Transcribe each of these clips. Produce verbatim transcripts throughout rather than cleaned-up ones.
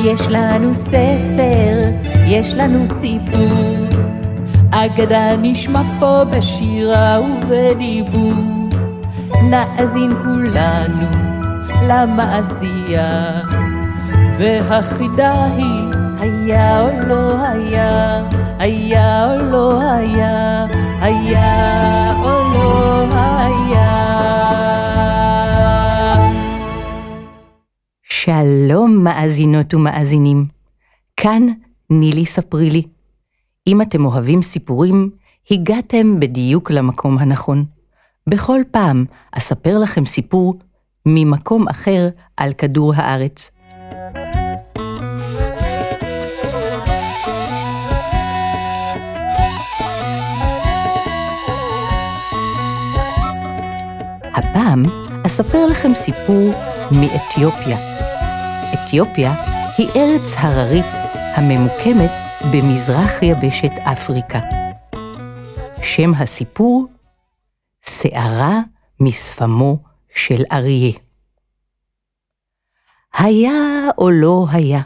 יש לנו ספר, יש לנו סיפור, אגדה נשמע פה בשירה ובדיבור. נאזין כולנו למעשייה, והחידה היא היה או לא היה, היה או לא היה, היה או לא היה. שלום מאזינות ומאזינים, כאן נילי ספרי לי. אם אתם אוהבים סיפורים, הגעתם בדיוק למקום הנכון. בכל פעם אספר לכם סיפור ממקום אחר על כדור הארץ. הפעם אספר לכם סיפור מאתיופיה. אתיופיה היא ארץ הררית הממוקמת במזרח יבשת אפריקה. שם הסיפור, שערה משפמו של אריה. היה או לא היה,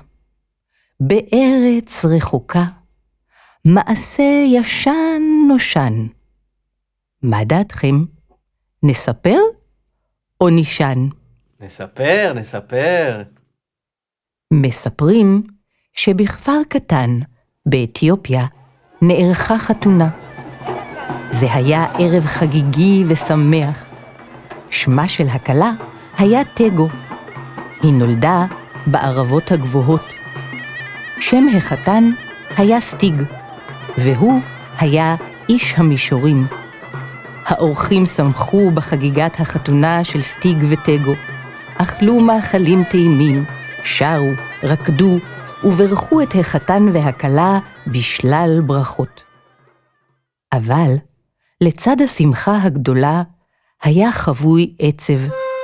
בארץ רחוקה, מעשה ישן נושן. מה דעתכם? נספר או נשן? נספר, נספר. מספרים שבכפר קטן באתיופיה נערכה חתונה. זה היה ערב חגיגי ושמח. שמה של הכלה היה טגו. היא נולדה בערבות הגבוהות. שם החתן היה סטיג, והוא היה איש המישורים. האורחים שמחו בחגיגת החתונה של סטיג וטגו, אכלו מאכלים טעימים, שרו, רקדו וברכו את החתן והכלה בשלל ברכות. אבל לצד השמחה הגדולה היה חבוי עצב.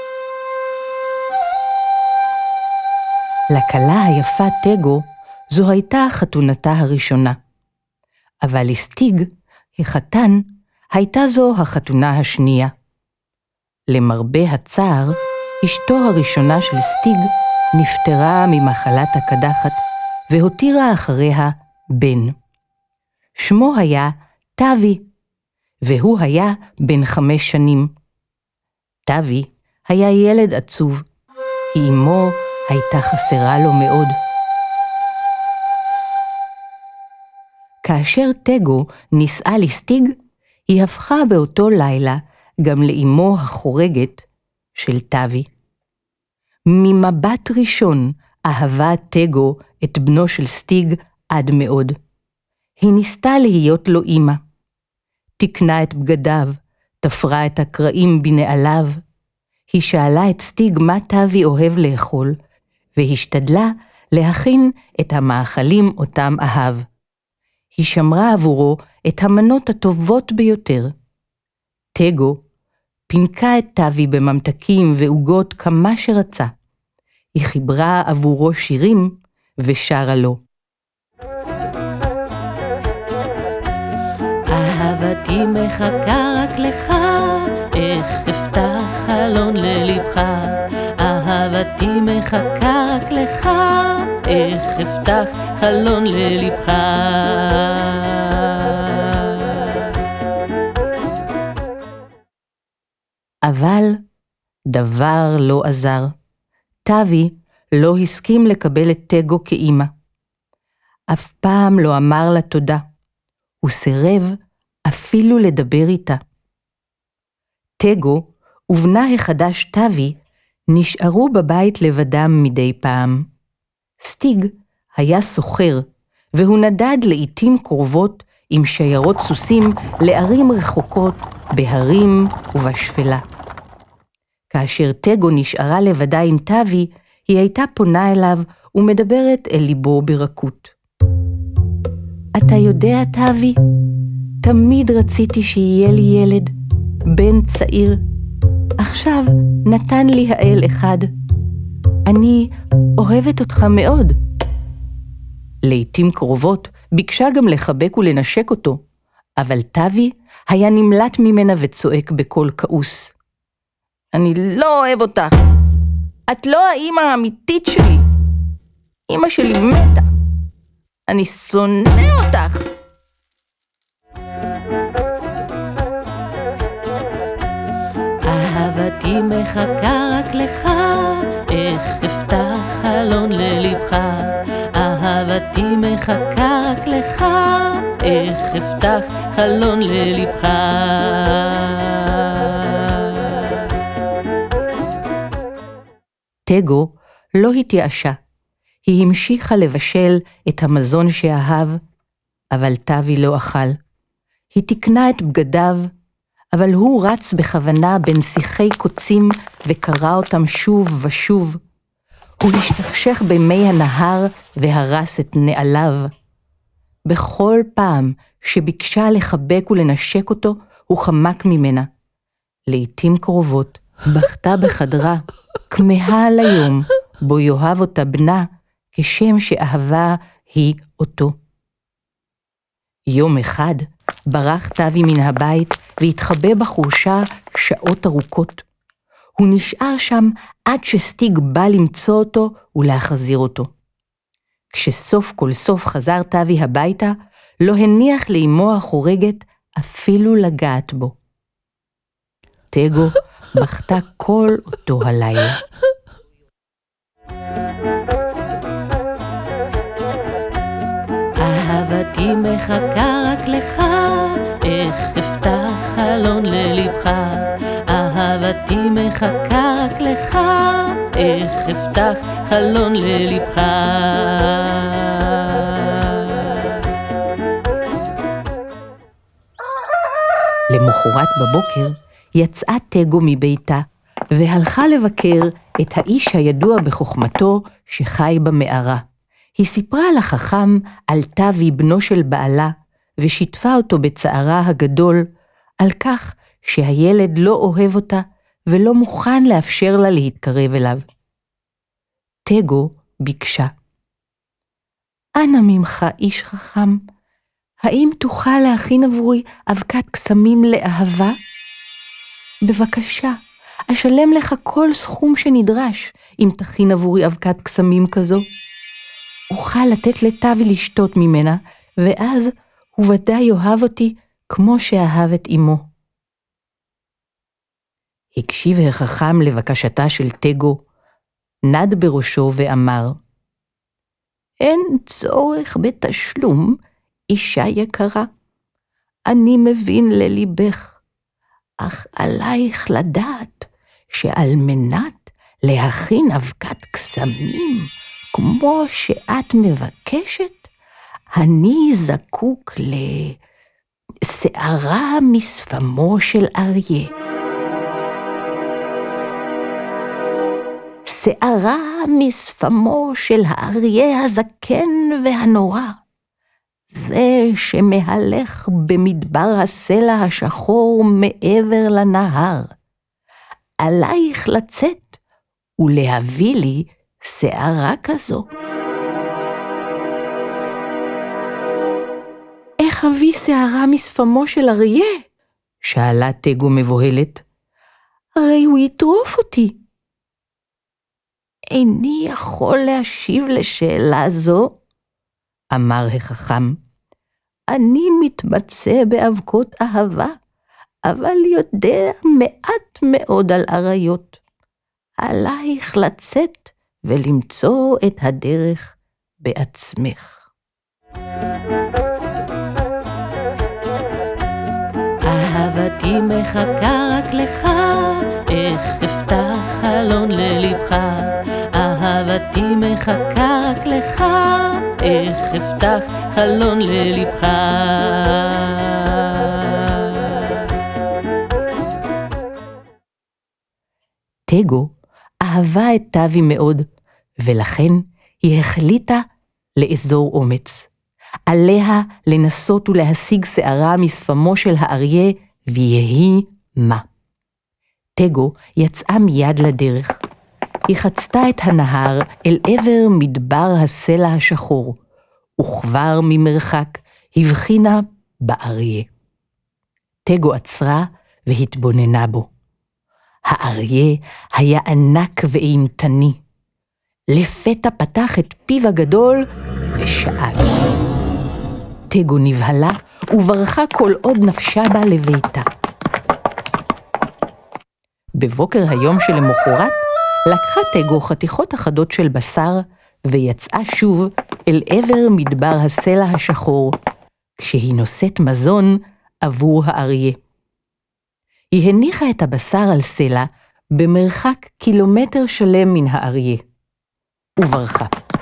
לכלה היפה טגו זו הייתה חתונתה הראשונה, אבל לסטיג, החתן, הייתה זו החתונה השנייה. למרבה הצער, אשתו הראשונה של סטיג נפטרה ממחלת הקדחת, והותירה אחריה בן. שמו היה טאבי, והוא היה בן חמש שנים. טאבי היה ילד עצוב, כי אמו הייתה חסרה לו מאוד. כאשר טגו נישאה לסטיג, היא הפכה באותו לילה גם לאמו החורגת של טאבי. ממבט ראשון אהבה טגו את בנו של סטיג עד מאוד. היא ניסתה להיות לו אמא. תקנה את בגדיו, תפרה את הקרעים בנעליו. היא שאלה את סטיג מה טאבי אוהב לאכול, והשתדלה להכין את המאכלים אותם אהב. היא שמרה עבורו את המנות הטובות ביותר. טגו פינקה את טאבי בממתקים ועוגות כמה שרצה. היא חיברה עבורו שירים ושרה לו. אהבתי מחכה רק לך, איך אפתח חלון ללבך. אהבתי מחכה רק לך, איך אפתח חלון ללבך. אבל דבר לא עזר. טאבי לא הסכים לקבל את טגו כאמא. אף פעם לא אמר לה תודה. הוא סירב אפילו לדבר איתה. טגו ובנה החדש טאבי נשארו בבית לבדם מדי פעם. סטיג היה סוחר, והוא נדד לעתים קרובות עם שיירות סוסים לערים רחוקות בהרים ובשפלה. כאשר טגו נשארה לבדה עם טאבי, היא הייתה פונה אליו ומדברת אל ליבו ברכות. אתה יודע, טאבי, תמיד רציתי שיהיה לי ילד, בן צעיר. עכשיו נתן לי האל אחד. אני אוהבת אותך מאוד. לעתים קרובות ביקשה גם לחבק ולנשק אותו, אבל טאבי היה נמלט ממנה וצועק בקול כעוס. אני לא אוהב אותך. את לא האמא האמיתית שלי. אמא שלי מתה. אני שונא אותך. אהבתי מחכה רק לך, איך אפתח חלון ללבך. אהבתי מחכה רק לך, איך אפתח חלון ללבך. טגו לא התייאשה. היא המשיכה לבשל את המזון שאהב, אבל טאבי לא אכל. היא תקנה את בגדיו, אבל הוא רץ בכוונה בין שיחי קוצים וקרא אותם שוב ושוב. הוא השתכשך במי הנהר והרס את נעליו. בכל פעם שביקשה לחבק ולנשק אותו, הוא חמק ממנה. לעתים קרובות בכתה בחדרה, כמהה על היום בו יאהב אותה בנה, כשם שאהבה היא אותו. יום אחד ברח טאבי מן הבית והתחבא בחורשה שעות ארוכות. הוא נשאר שם עד שסטיג בא למצוא אותו ולהחזיר אותו. כשסוף כל סוף חזר טאבי הביתה, לא הניח לאמו החורגת אפילו לגעת בו. טגו בכתה כל אותו הלילה. אהבתי מחכה רק לך, איך אפתח חלון ללבך. אהבתי מחכה רק לך, איך אפתח חלון ללבך. למחרת בבוקר יצאה טגו מביתה, והלכה לבקר את האיש הידוע בחוכמתו שחי במערה. היא סיפרה לחכם על טאבי בנו של בעלה, ושיתפה אותו בצערה הגדול, על כך שהילד לא אוהב אותה, ולא מוכן לאפשר לה להתקרב אליו. טגו ביקשה, אנא ממך איש חכם, האם תוכל להכין עבורי אבקת קסמים לאהבה? בבקשה, אשלם לך כל סכום שנדרש, אם תכין עבורי אבקת קסמים כזו. אוכל לתת לטאבי לשתות ממנה, ואז הוא ודאי יאהב אותי כמו שאהב את אמו. הקשיב החכם לבקשתה של טגו, נד בראשו ואמר, אין צורך בתשלום, אישה יקרה. אני מבין לליבך, אך עלייך לדעת שעל מנת להכין אבקת קסמים, כמו שאת מבקשת, אני זקוק לשערה משפמו של אריה. שערה משפמו של האריה הזקן והנורא, זה שמהלך במדבר הסלע השחור מעבר לנהר. עלייך לצאת ולהביא לי שערה כזו. איך אביא שערה משפמו של אריה? שאלה טגו מבוהלת. הרי הוא יטרוף אותי. איני יכול להשיב לשאלה זו, אמר החכם. אני מתמצא באבקות אהבה, אבל יודע מעט מאוד על אריות. עלייך לצאת ולמצוא את הדרך בעצמך. אהבתי מחכה רק לך, איך אפתח חלון ללבך. אהבתי מחכה רק לך, איך אפתח חלון ללבך. טגו אהבה את טאבי מאוד, ולכן היא החליטה לאזור אומץ. עליה לנסות ולהשיג שערה משפמו של האריה, ויהי מה. טגו יצאה מיד לדרך. היא חצתה את הנהר אל עבר מדבר הסלע השחור, וכבר ממרחק הבחינה באריה. טגו עצרה והתבוננה בו. האריה היה ענק ואימתני. לפתע פתח את פיו הגדול ושאל. טגו נבהלה וברחה כל עוד נפשה בה לביתה. בבוקר היום שלמחרת לקחה טגו חתיכות אחדות של בשר ויצאה שוב אל עבר מדבר הסלע השחור, כשהיא נושאת מזון עבור האריה. היא הניחה את הבשר על סלע במרחק קילומטר שלם מן האריה, וברחה.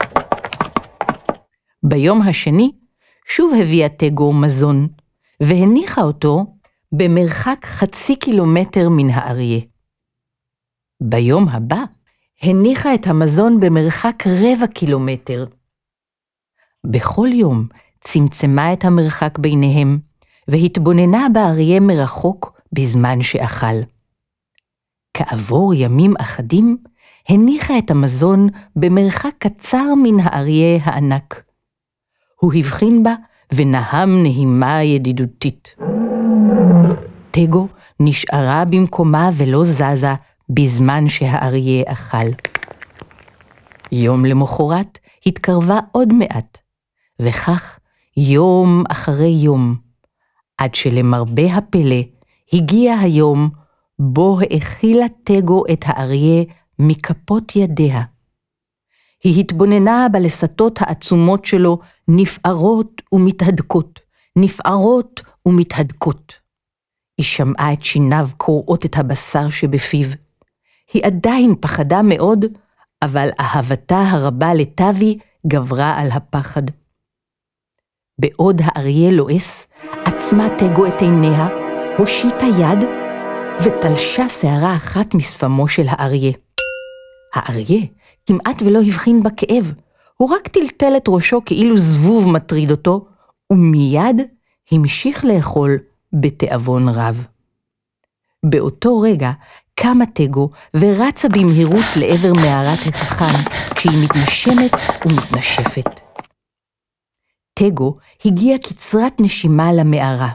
ביום השני שוב הביאה טגו מזון, והניחה אותו במרחק חצי קילומטר מן האריה. ביום הבא הניחה את המזון במרחק רבע קילומטר. בכל יום צמצמה את המרחק ביניהם, והתבוננה באריה מרחוק בזמן שאכל. כעבור ימים אחדים, הניחה את המזון במרחק קצר מן האריה הענק. הוא הבחין בה ונהם נהימה ידידותית. טגו נשארה במקומה ולא זזה בזמן שהאריה אכל. יום למחרת התקרבה עוד מעט, וכך יום אחרי יום, עד שלמרבה הפלא הגיע היום בו האכילה טגו את האריה מכפות ידיה. היא התבוננה בלסתות העצומות שלו נפערות ומתהדקות, נפערות ומתהדקות. היא שמעה את שיניו קורעות את הבשר שבפיו. היא עדיין פחדה מאוד, אבל אהבתה הרבה לטבי גברה על הפחד. בעוד האריה לועס, עצמה טגו את עיניה, הושיטה יד ותלשה שערה אחת משפמו של האריה. האריה כמעט ולא הבחין בכאב, הוא רק טלטל את ראשו כאילו זבוב מטריד אותו, ומיד המשיך לאכול בתיאבון רב. באותו רגע קמה טגו ורצה במהירות לעבר מערת החכם, כשהיא מתנשמת ומתנשפת. טגו הגיעה קצרת נשימה למערה.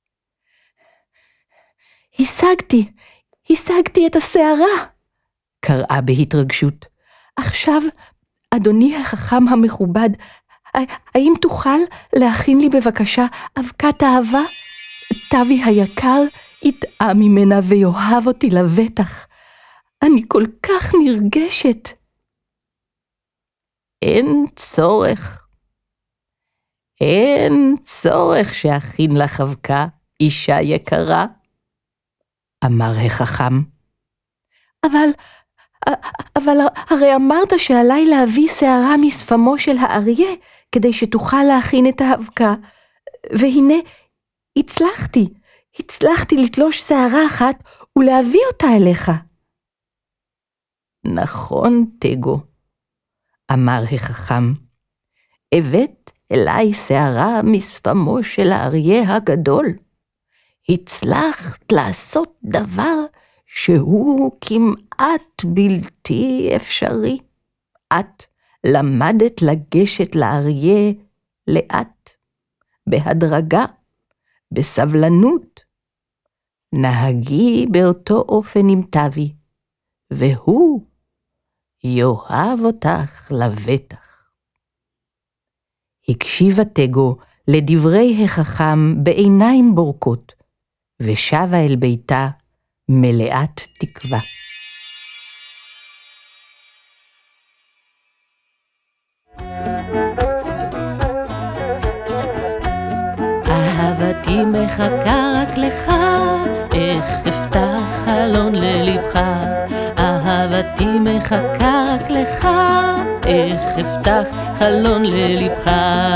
השגתי, השגתי את השערה, קראה בהתרגשות. עכשיו, אדוני החכם המכובד, האם תוכל להכין לי בבקשה אבקת אהבה? טבי היקר יטעה ממנה ויאהב אותי לבטח. אני כל כך נרגשת. אין צורך. אין צורך שאכין לך אבקה, אישה יקרה, אמר החכם. אבל, אבל הרי אמרת שעליי להביא שערה משפמו של האריה, כדי שתוכל להכין את האבקה, והנה הצלחתי, הצלחתי לתלוש שערה אחת ולהביא אותה אליך. נכון, טגו, אמר החכם, הבאת אליי שערה משפמו של האריה הגדול. הצלחת לעשות דבר שהוא כמעט בלתי אפשרי. את למדת לגשת לאריה לאט, בהדרגה, בסבלנות. נהגי באותו אופן עם טבי, והוא יאהב אותך לבטח. הקשיבה טגו לדברי החכם בעיניים בורקות, ושבה אל ביתה מלאת תקווה. אהבתי מחכה רק לך, איך אפתח חלון ללבך. אהבתי מחכה רק לך, איך אפתח חלון ללבך.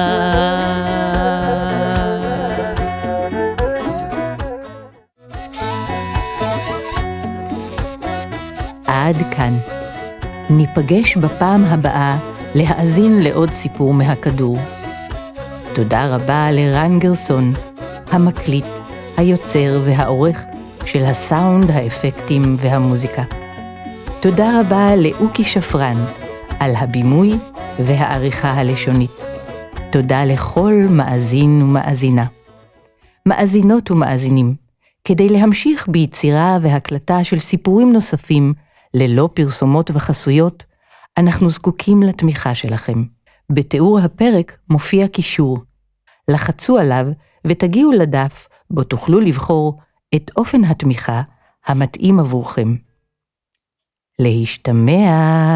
עד כאן. ניפגש בפעם הבאה להאזין לעוד סיפור מהכדור. תודה רבה לרן גרסון, המקליט, היוצר והעורך של הסאונד, האפקטים והמוזיקה. תודה רבה לאוקי שפרן על הבימוי והעריכה הלשונית. תודה לכל מאזין ומאזינה. מאזינות ומאזינים, כדי להמשיך ביצירה והקלטה של סיפורים נוספים ללא פרסומות וחסויות, אנחנו זקוקים לתמיכה שלכם. בתיאור הפרק מופיע קישור. לחצו עליו ותגיעו לדף בו תוכלו לבחור את אופן התמיכה המתאים עבורכם. להשתמע.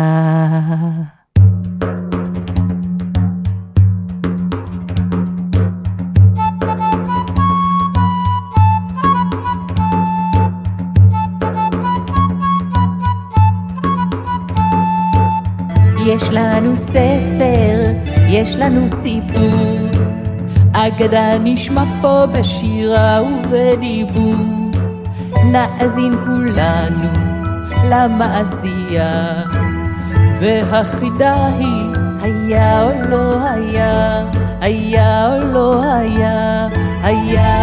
יש לנו ספר, יש לנו סיפור, אגדה נשמע פה בשירה ובדיבור. נאזין כולנו למעשייה, והחידה היא היה או לא היה, היה או לא היה, היה